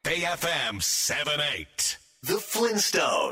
BayFM78 The Flintstone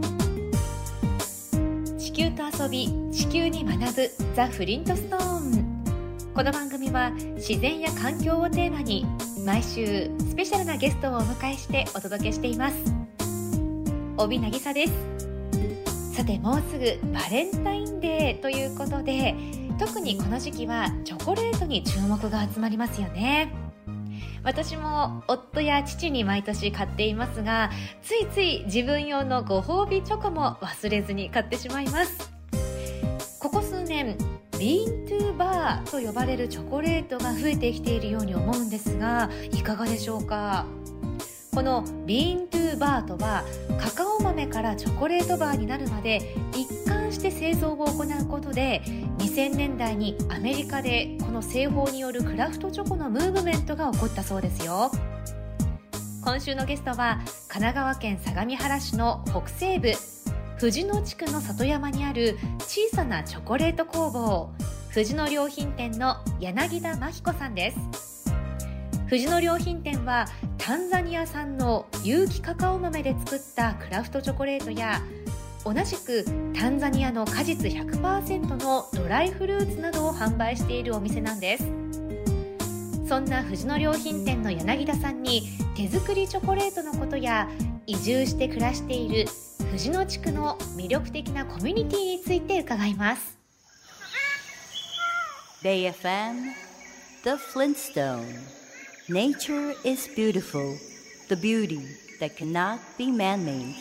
地球と遊び、地球に学ぶザ・フリントストーン。この番組は自然や環境をテーマに毎週スペシャルなゲストをお迎えしてお届けしています。帯渚です。さて、もうすぐバレンタインデーということで、特にこの時期はチョコレートに注目が集まりますよね。私も夫や父に毎年買っていますが、ついつい自分用のご褒美チョコも忘れずに買ってしまいます。ここ数年、ビーントゥーバーと呼ばれるチョコレートが増えてきているように思うんですが、いかがでしょうか。このビーントゥーバーとは、カカオ豆からチョコレートバーになるまで一貫して製造を行うことで、2000年代にアメリカでこの製法によるクラフトチョコのムーブメントが起こったそうですよ。今週のゲストは神奈川県相模原市の北西部藤野地区の里山にある小さなチョコレート工房、藤野良品店の柳田真紀子さんです。藤野良品店はタンザニア産の有機カカオ豆で作ったクラフトチョコレートや、同じくタンザニアの果実 100% のドライフルーツなどを販売しているお店なんです。そんな藤野良品店の柳田さんに手作りチョコレートのことや、移住して暮らしている藤野地区の魅力的なコミュニティについて伺います。 BayFM The Flintstone Nature is beautiful, the beauty that cannot be man-made。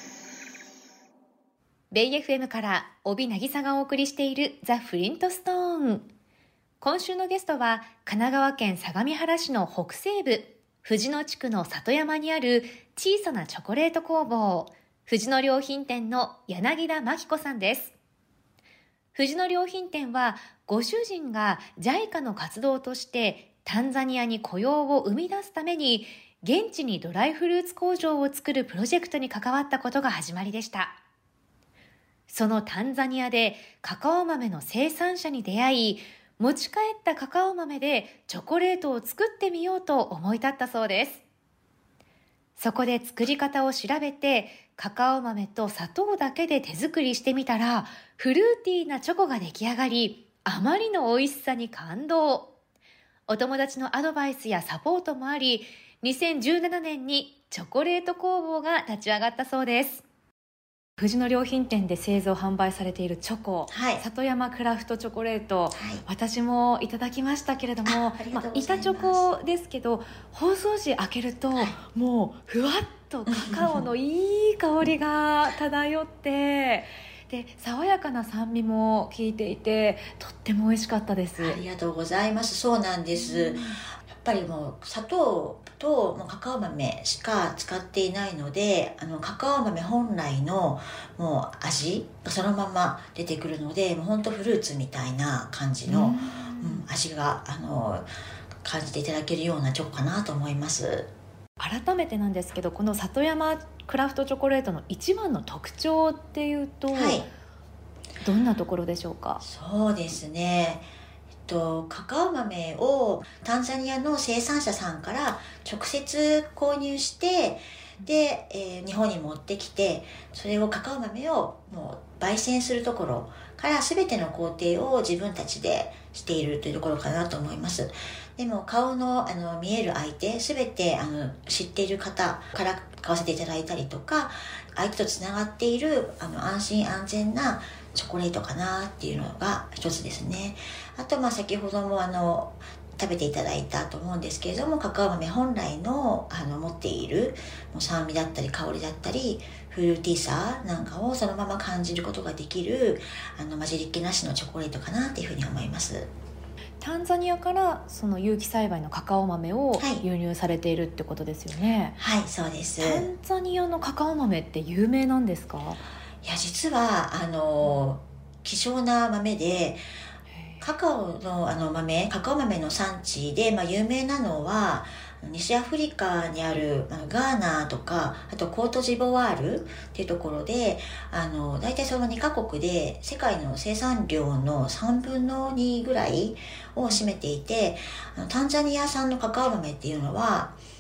BayFM から帯渚がお送りしているザ・フリントストーン。今週のゲストは神奈川県相模原市の北西部藤野地区の里山にある小さなチョコレート工房、藤野良品店の柳田真紀子さんです。藤野良品店はご主人が JICA の活動としてタンザニアに雇用を生み出すために現地にドライフルーツ工場を作るプロジェクトに関わったことが始まりでした。そのタンザニアでカカオ豆の生産者に出会い、持ち帰ったカカオ豆でチョコレートを作ってみようと思い立ったそうです。そこで作り方を調べて、カカオ豆と砂糖だけで手作りしてみたら、フルーティーなチョコが出来上がり、あまりの美味しさに感動。お友達のアドバイスやサポートもあり、2017年にチョコレート工房が立ち上がったそうです。藤野良品店で製造販売されているチョコ、里山クラフトチョコレート、私もいただきましたけれども、板チョコですけど、包装紙開けると、もうふわっとカカオのいい香りが漂ってで、爽やかな酸味も効いていて、とっても美味しかったです。 ありがとうございます。そうなんです。やっぱりもう砂糖ともうカカオ豆しか使っていないので、カカオ豆本来のもう味がそのまま出てくるので、もう本当フルーツみたいな感じの、味が感じていただけるようなチョコかなと思います。 改めてなんですけど、この里山クラフトチョコレートの一番の特徴っていうと、どんなところでしょうか。 そうですね、カカオ豆をタンザニアの生産者さんから直接購入して、で、日本に持ってきて、それをカカオ豆をもう焙煎するところから全ての工程を自分たちでしているというところかなと思います。でも顔の見える相手、全て知っている方から買わせていただいたりとか、相手とつながっている安心安全なチョコレートかなっていうのが一つですね。あと先ほども食べていただいたと思うんですけれども、カカオ豆本来の持っているもう酸味だったり香りだったりフルーティーさなんかをそのまま感じることができる混じりっ気なしのチョコレートかなっていうふうに思います。 タンザニアからその有機栽培のカカオ豆を輸入されているってことですよね。 はい、そうです。 タンザニアのカカオ豆って有名なんですか。 いや、実は希少な豆で、カカオのカカオ豆の産地で、有名なのは西アフリカにあるガーナとか、あとコートジボワールっていうところで、大体その2カ国で世界の生産量の3分の2ぐらいを占めていて、タンザニア産のカカオ豆っていうのは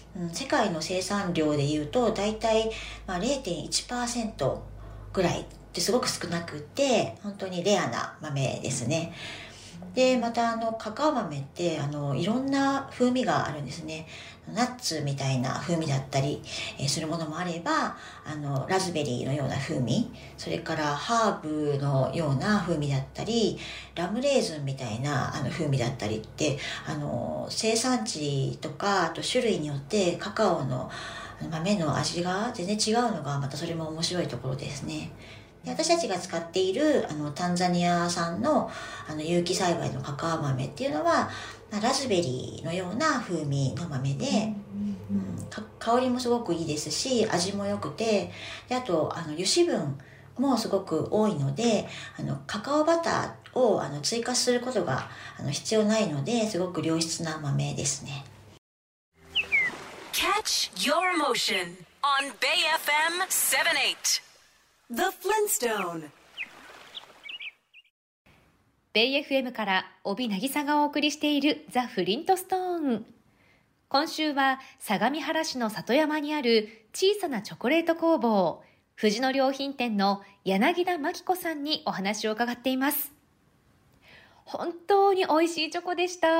世界の生産量でいうとだいたい 0.1% ぐらいってすごく少なくて、本当にレアな豆ですね。でまたカカオ豆っていろんな風味があるんですね。ナッツみたいな風味だったり、するものもあればラズベリーのような風味、それからハーブのような風味だったり、ラムレーズンみたいな風味だったりって生産地とかあと種類によってカカオの豆の味が全然違うのがまたそれも面白いところですね。で私たちが使っているタンザニア産の有機栽培のカカオ豆っていうのは、ラズベリーのような風味の豆で、香りもすごくいいですし味も良くて、であと油脂分もすごく多いのでカカオバターを追加することが必要ないので、すごく良質な豆ですね。 Catch your emotion on Bay FM 78. The Flintstone. ベイ FM から帯渚がお送りしているザ・フリントストーン。今週は相模原市の里山にある小さなチョコレート工房、藤野良品店の柳田真紀子さんにお話を伺っています。本当に美味しいチョコでした。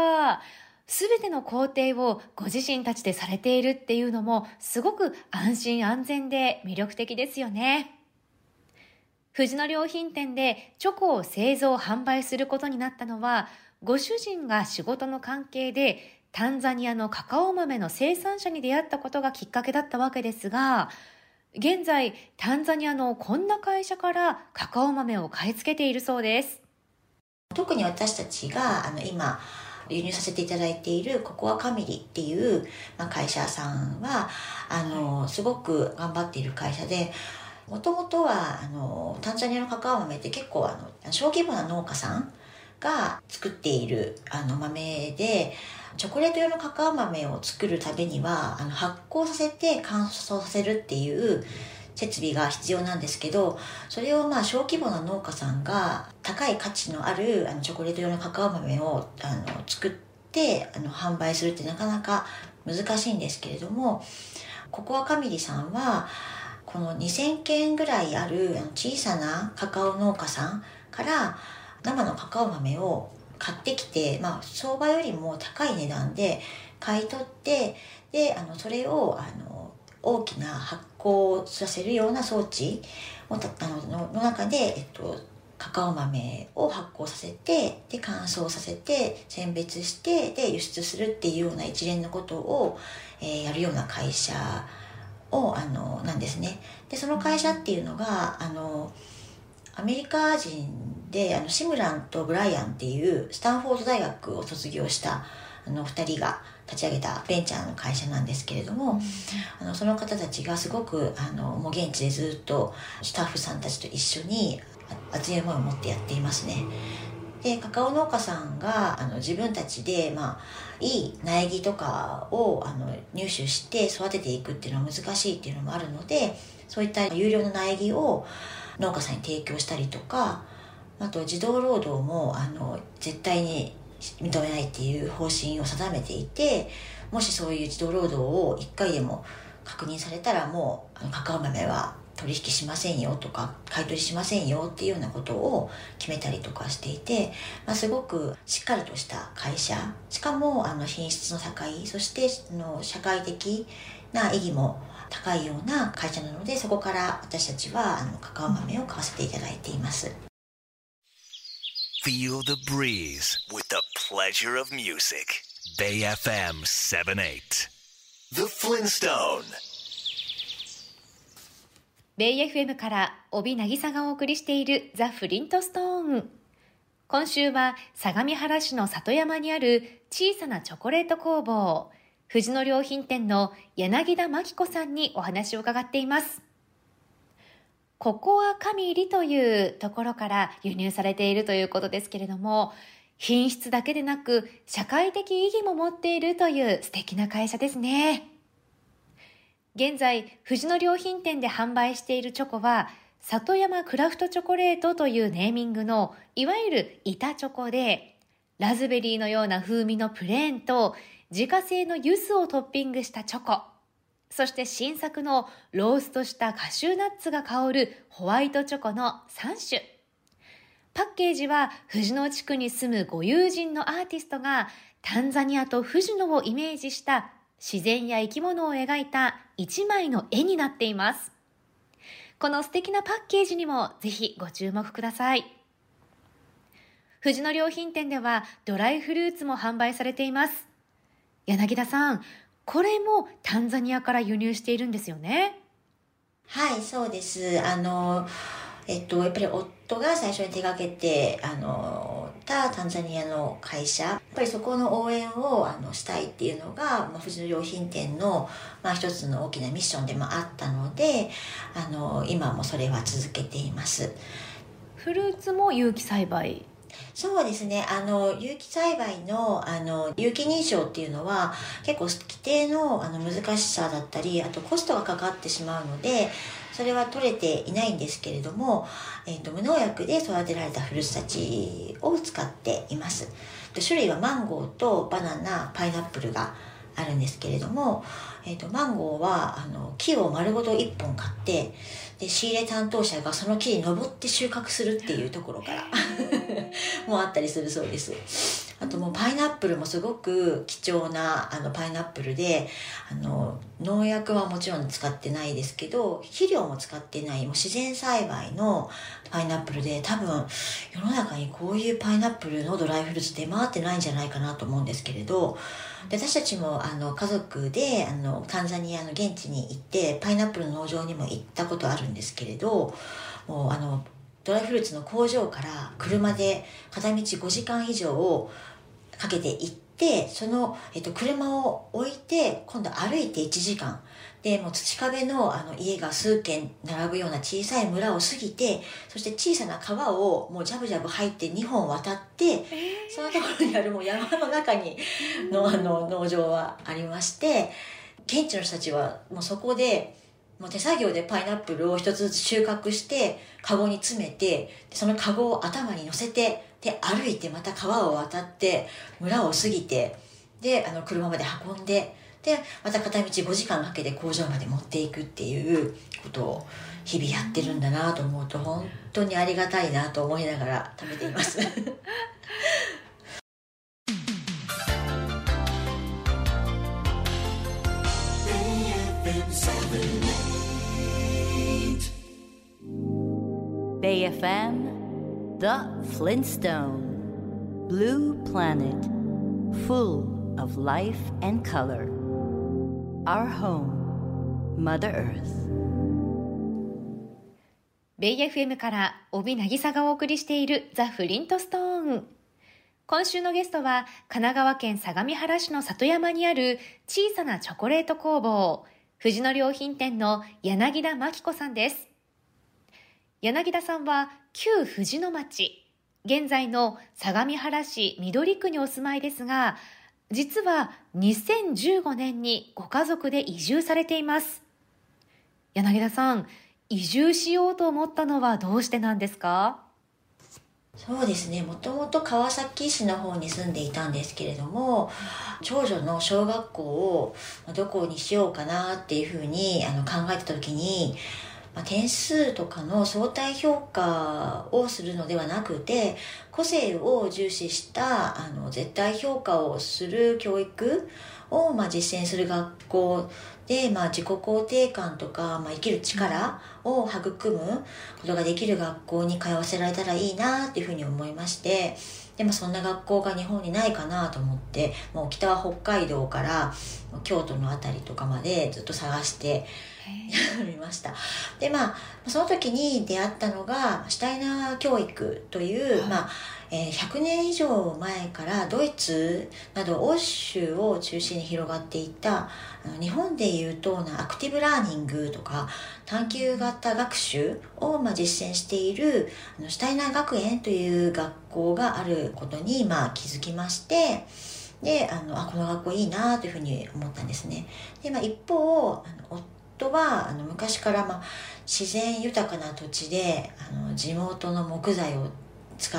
すべての工程をご自身たちでされているっていうのもすごく安心安全で魅力的ですよね。藤野良品店でチョコを製造販売することになったのは、ご主人が仕事の関係でタンザニアのカカオ豆の生産者に出会ったことがきっかけだったわけですが、現在タンザニアのこんな会社からカカオ豆を買い付けているそうです。 特に私たちが今輸入させていただいているココアカミリっていう、会社さんはすごく頑張っている会社で、もともとはタンザニアのカカオ豆って結構小規模な農家さんが作っている豆で、チョコレート用のカカオ豆を作るためには発酵させて乾燥させるっていう設備が必要なんですけど、それを小規模な農家さんが高い価値のあるチョコレート用のカカオ豆を作って販売するってなかなか難しいんですけれども、ココアカミリさんはこの2000軒ぐらいある小さなカカオ農家さんから生のカカオ豆を買ってきて、相場よりも高い値段で買い取って、でそれを大きな発酵させるような装置をの中で、カカオ豆を発酵させて、で乾燥させて選別して、で輸出するっていうような一連のことを、やるような会社なんですね。でその会社っていうのがアメリカ人でシムランとブライアンっていうスタンフォード大学を卒業した2人が立ち上げたベンチャーの会社なんですけれども、その方たちがすごくもう現地でずっとスタッフさんたちと一緒に熱い思いを持ってやっていますね。でカカオ農家さんが自分たちで、いい苗木とかを入手して育てていくっていうのは難しいっていうのもあるので、そういった有料の苗木を農家さんに提供したりとか、あと児童労働も絶対に認めないっていう方針を定めていて、もしそういう児童労働を1回でも確認されたらもうカカオ豆は取引しませんよとか買い取りしませんよっていうようなことを決めたりとかしていて、すごくしっかりとした会社、しかも品質の高い、そして社会的な意義も高いような会社なので、そこから私たちはカカオ豆を買わせていただいています。 Feel the breeze with the pleasure of music. Bay FM 78. The Flintstone. ベイ FM から帯渚がお送りしているザ・フリントストーン。今週は相模原市の里山にある小さなチョコレート工房、藤野良品店の柳田真紀子さんにお話を伺っています。ココアカミリというところから輸入されているということですけれども、品質だけでなく社会的意義も持っているという素敵な会社ですね。現在、藤野良品店で販売しているチョコは、里山クラフトチョコレートというネーミングの、いわゆる板チョコで、ラズベリーのような風味のプレーンと、 自家製の柚子をトッピングしたチョコ、そして新作のローストしたカシューナッツが香るホワイトチョコの3種。パッケージは藤野地区に住むご友人のアーティストがタンザニアと藤野をイメージした自然や生き物を描いた一枚の絵になっています。この素敵なパッケージにもぜひご注目ください。藤野良品店ではドライフルーツも販売されています。柳田さん、これもタンザニアから輸入しているんですよね。 はい、そうです。やっぱり夫が最初に手掛けてタンザニアの会社、やっぱりそこの応援をしたいっていうのが、藤野良品店の、一つの大きなミッションでもあったので今もそれは続けています。 フルーツも有機栽培？ そうですね。有機栽培の有機認証っていうのは結構規定の難しさだったり、あとコストがかかってしまうので、それは取れていないんですけれども、無農薬で育てられたフルーツたちを使っています。種類はマンゴーとバナナ、パイナップルがあるんですけれども、マンゴーは木を丸ごと1本買って、で仕入れ担当者がその木に登って収穫するっていうところからもあったりするそうです。あともうパイナップルもすごく貴重なパイナップルで、農薬はもちろん使ってないですけど、肥料も使ってない、もう自然栽培のパイナップルで、多分世の中にこういうパイナップルのドライフルーツ出回ってないんじゃないかなと思うんですけれど、で私たちも家族でタンザニアの現地に行ってパイナップルの農場にも行ったことあるんですけれど、もうドライフルーツの工場から車で片道5時間以上かけて行って、その、車を置いて今度歩いて1時間で、もう土壁の家が数軒並ぶような小さい村を過ぎて、そして小さな川をもうジャブジャブ入って2本渡って、そのところにあるもう山の中にの農場はありまして、現地の人たちはもうそこでもう手作業でパイナップルを一つずつ収穫してカゴに詰めて、そのカゴを頭に乗せて、で歩いてまた川を渡って村を過ぎて、で車まで運んで、でまた片道5時間かけて工場まで持っていくっていうことを日々やってるんだなと思うと、本当にありがたいなと思いながら食べています Bay FM, The Flintstone, Blue Planet, full of life and color. Our home, Mother Earth. ベイ FM から帯渚がお送りしているザ・フリントストーン。今週のゲストは神奈川県相模原市の里山にある小さなチョコレート工房、藤野良品店の柳田真紀子さんです。柳田さんは旧藤野町、現在の相模原市緑区にお住まいですが、実は2015年にご家族で移住されています。柳田さん、移住しようと思ったのはどうしてなんですか？ そうですね、もともと川崎市の方に住んでいたんですけれども、長女の小学校をどこにしようかなっていうふうに考えた時に、点数とかの相対評価をするのではなくて、個性を重視した絶対評価をする教育を実践する学校で、自己肯定感とか、生きる力を育むことができる学校に通わせられたらいいなっていうふうに思いまして、でそんな学校が日本にないかなと思って、もう北は北海道から京都のあたりとかまでずっと探してみました。でその時に出会ったのがシュタイナー教育という、100年以上前からドイツなど欧州を中心に広がっていた日本でいうとアクティブラーニングとか探究型学習を実践しているシュタイナー学園という学校があることに気づきまして、でこの学校いいなというふうに思ったんですね。で一方夫は昔から自然豊かな土地で地元の木材を使った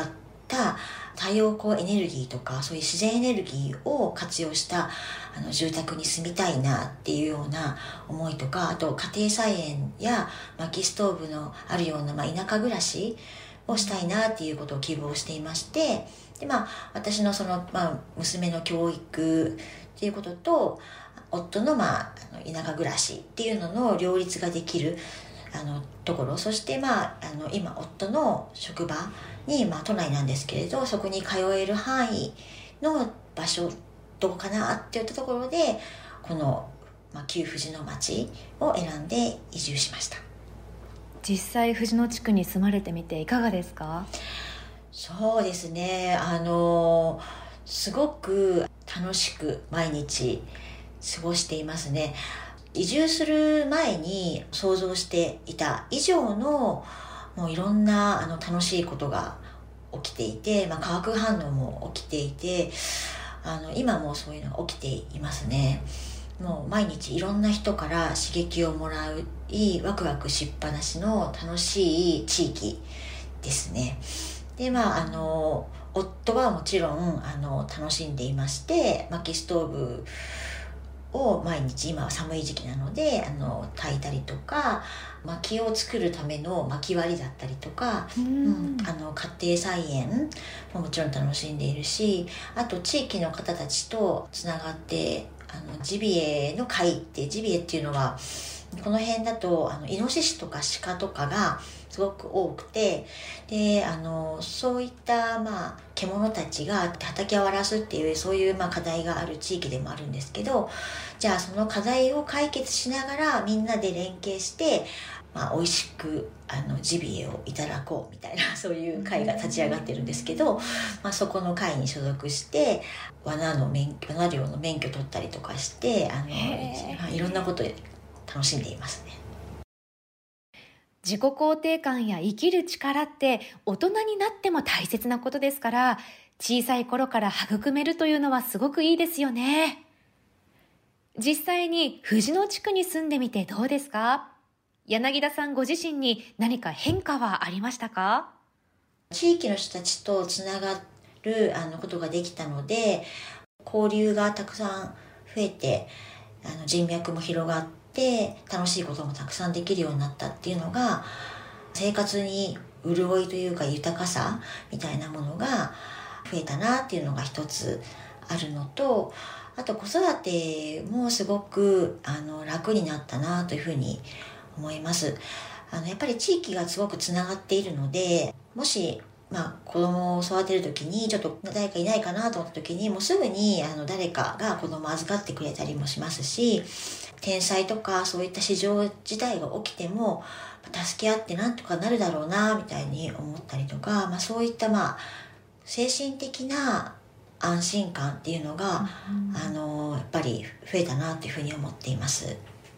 た太陽光エネルギーとかそういう自然エネルギーを活用した住宅に住みたいなっていうような思いとか、あと家庭菜園や薪ストーブのあるような、田舎暮らしをしたいなっていうことを希望していまして、で私の娘の教育っていうことと夫の田舎暮らしっていうのの両立ができるところ、そして今夫の職場に都内なんですけれど、そこに通える範囲の場所どこかなっていったところでこの旧藤野町を選んで移住しました。 実際藤野地区に住まれてみていかがですか？ そうですね、すごく楽しく毎日過ごしていますね。移住する前に想像していた以上のもういろんな楽しいことが起きていて、化学反応も起きていて、今もそういうのが起きていますね。もう毎日いろんな人から刺激をもらうワクワクしっぱなしの楽しい地域ですね。で夫はもちろん楽しんでいまして、薪ストーブを毎日、今は寒い時期なので炊いたりとか、薪を作るための薪割りだったりとか、家庭菜園ももちろん楽しんでいるし、あと地域の方たちとつながってジビエの会ってジビエっていうのはこの辺だとイノシシとか鹿とかがすごく多くて、でそういった獣たちが畑を荒らすっていうそういう課題がある地域でもあるんですけど、じゃあその課題を解決しながらみんなで連携して美味しくジビエをいただこうみたいな、そういう会が立ち上がってるんですけど、そこの会に所属して罠漁の免許取ったりとかしていろんなことで楽しんでいますね。 自己肯定感や生きる力って大人になっても大切なことですから、小さい頃から育めるというのはすごくいいですよね。実際に藤野地区に住んでみてどうですか？柳田さんご自身に何か変化はありましたか？ 地域の人たちとつながることができたので、交流がたくさん増えて人脈も広がって楽しいこともたくさんできるようになったっていうのが、生活に潤いというか豊かさみたいなものが増えたなっていうのが一つあるのと、あと子育てもすごく楽になったなというふうに思います。やっぱり地域がすごくつながっているので、もし子供を育てるときにちょっと誰かいないかなと思ったときにもうすぐに誰かが子供を預かってくれたりもしますし、天災とかそういった市場自体が起きても助け合ってなんとかなるだろうなみたいに思ったりとか、そういった精神的な安心感っていうのが、やっぱり増えたなっていうふうに思っています。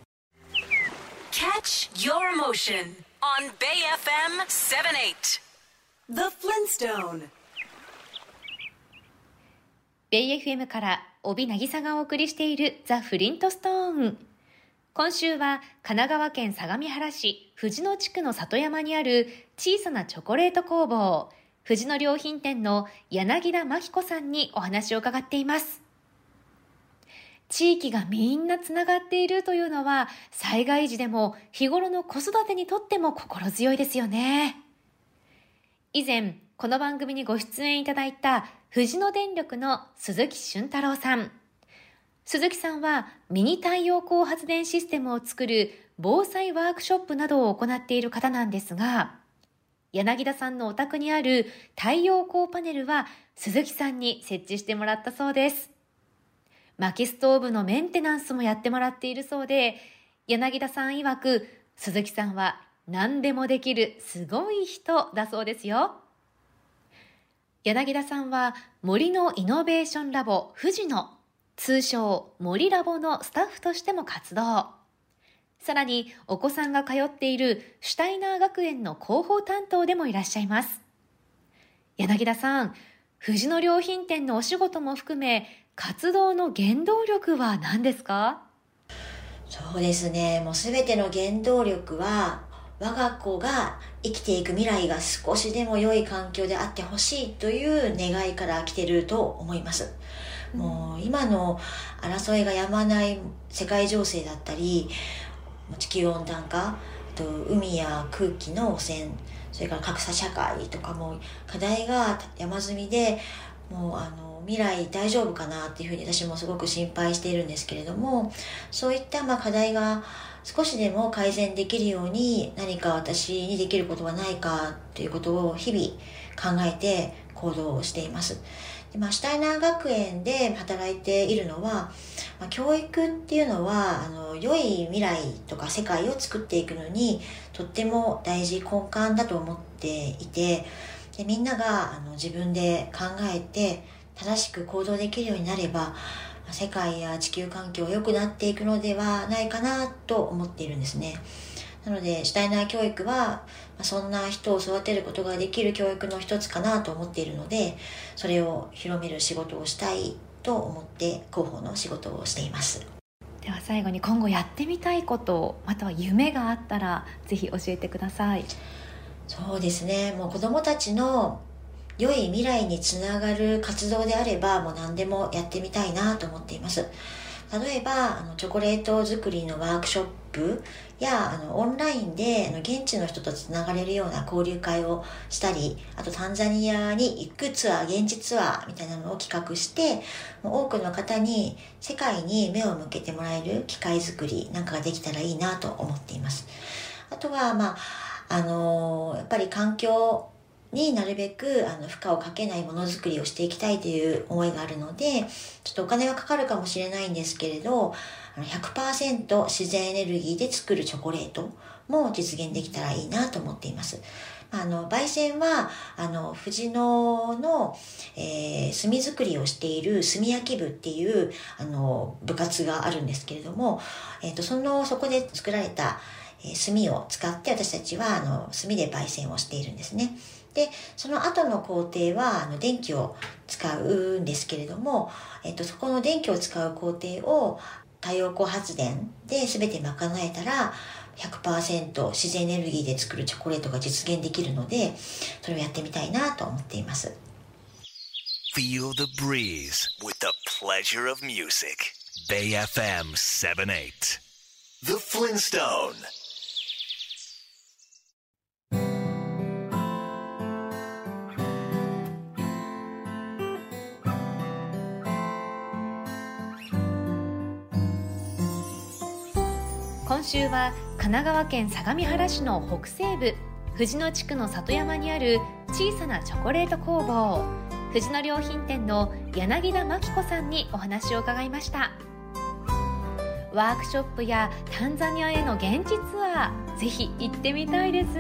Catch your emotion on Bay FM 78. The Flintstone. Bay FM から帯渚がお送りしているザ・フリントストーン。今週は神奈川県相模原市藤野地区の里山にある小さなチョコレート工房、藤野良品店の柳田真紀子さんにお話を伺っています。地域がみんなつながっているというのは、災害時でも日頃の子育てにとっても心強いですよね。以前この番組にご出演いただいた藤野電力の鈴木俊太郎さん。鈴木さんはミニ太陽光発電システムを作る防災ワークショップなどを行っている方なんですが、柳田さんのお宅にある太陽光パネルは鈴木さんに設置してもらったそうです。薪ストーブのメンテナンスもやってもらっているそうで、柳田さん曰く鈴木さんは何でもできるすごい人だそうですよ。柳田さんは森のイノベーションラボ藤野、通称森ラボのスタッフとしても活動。さらにお子さんが通っているシュタイナー学園の広報担当でもいらっしゃいます。柳田さん、藤野良品店のお仕事も含め活動の原動力は何ですか？ そうですね、もうすべての原動力は我が子が生きていく未来が少しでも良い環境であってほしいという願いから来ていると思います。もう今の争いがやまない世界情勢だったり、地球温暖化、海や空気の汚染、それから格差社会とかも課題が山積みで、もう未来大丈夫かなっていうふうに私もすごく心配しているんですけれども、そういった課題が少しでも改善できるように何か私にできることはないかということを日々考えて行動をしています。で、シュタイナー学園で働いているのは、教育っていうのは良い未来とか世界を作っていくのにとっても大事、根幹だと思っていて、でみんなが自分で考えて正しく行動できるようになれば、世界や地球環境が良くなっていくのではないかなと思っているんですね。なのでシュタイナー教育はそんな人を育てることができる教育の一つかなと思っているので、それを広める仕事をしたいと思って広報の仕事をしています。 では最後に今後やってみたいこと、または夢があったらぜひ教えてください。 そうですね、もう子どもたちの良い未来につながる活動であればもう何でもやってみたいなと思っています。例えばチョコレート作りのワークショップやオンラインで現地の人とつながれるような交流会をしたり、あとタンザニアに行くツアー、現地ツアーみたいなのを企画して、多くの方に世界に目を向けてもらえる機会作りなんかができたらいいなと思っています。あとはやっぱり環境になるべく負荷をかけないものづくりをしていきたいという思いがあるので、ちょっとお金はかかるかもしれないんですけれど、100% 自然エネルギーで作るチョコレートも実現できたらいいなと思っています。焙煎は藤野の、炭作りをしている炭焼き部っていう部活があるんですけれども、そこで作られた炭を使って私たちは炭で焙煎をしているんですね。でその後の工程は電気を使うんですけれども、そこの電気を使う工程を太陽光発電で全て賄えたら 100% 自然エネルギーで作るチョコレートが実現できるので、それをやってみたいなと思っています。 Feel the breeze with the pleasure of music. Bay FM 78 The Flintstone。 今週は神奈川県相模原市の北西部藤野地区の里山にある小さなチョコレート工房藤野良品店の柳田真紀子さんにお話を伺いました。ワークショップやタンザニアへの現地ツアー、ぜひ行ってみたいです。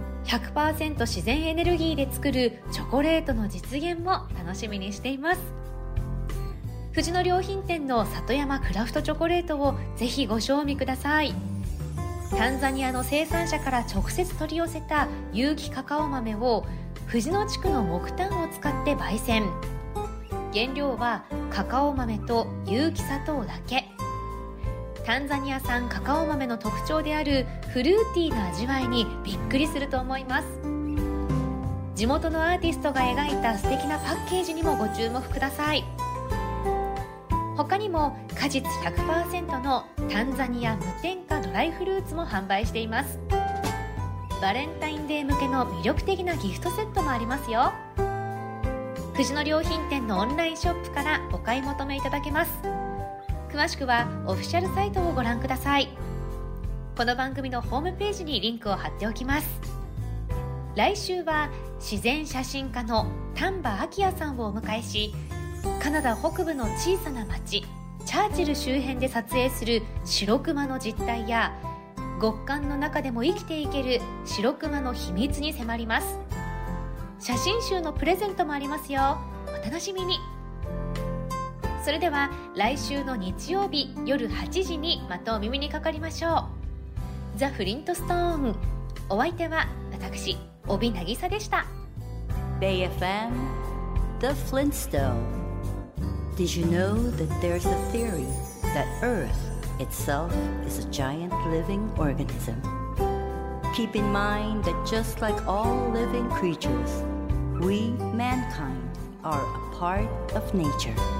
100% 自然エネルギーで作るチョコレートの実現も楽しみにしています。藤野良品店の里山クラフトチョコレートをぜひご賞味ください。タンザニアの生産者から直接取り寄せた有機カカオ豆を藤野地区の木炭を使って焙煎。原料はカカオ豆と有機砂糖だけ。タンザニア産カカオ豆の特徴であるフルーティーな味わいにびっくりすると思います。地元のアーティストが描いた素敵なパッケージにもご注目ください。他にも果実 100% のタンザニア無添加ドライフルーツも販売しています。バレンタインデー向けの魅力的なギフトセットもありますよ。藤野良品店のオンラインショップからお買い求めいただけます。詳しくはオフィシャルサイトをご覧ください。この番組のホームページにリンクを貼っておきます。来週は自然写真家の丹波昭也さんをお迎えし、カナダ北部の小さな町チャーチル周辺で撮影する白クマの実態や、極寒の中でも生きていける白クマの秘密に迫ります。写真集のプレゼントもありますよ。お楽しみに。それでは来週の日曜日夜8時にまたお耳にかかりましょう。ザ・フリントストーン。お相手は私帯渚でした。 Bay FM The Flintstone。Did you know that there's a theory that Earth itself is a giant living organism? Keep in mind that just like all living creatures, we, mankind, are a part of nature.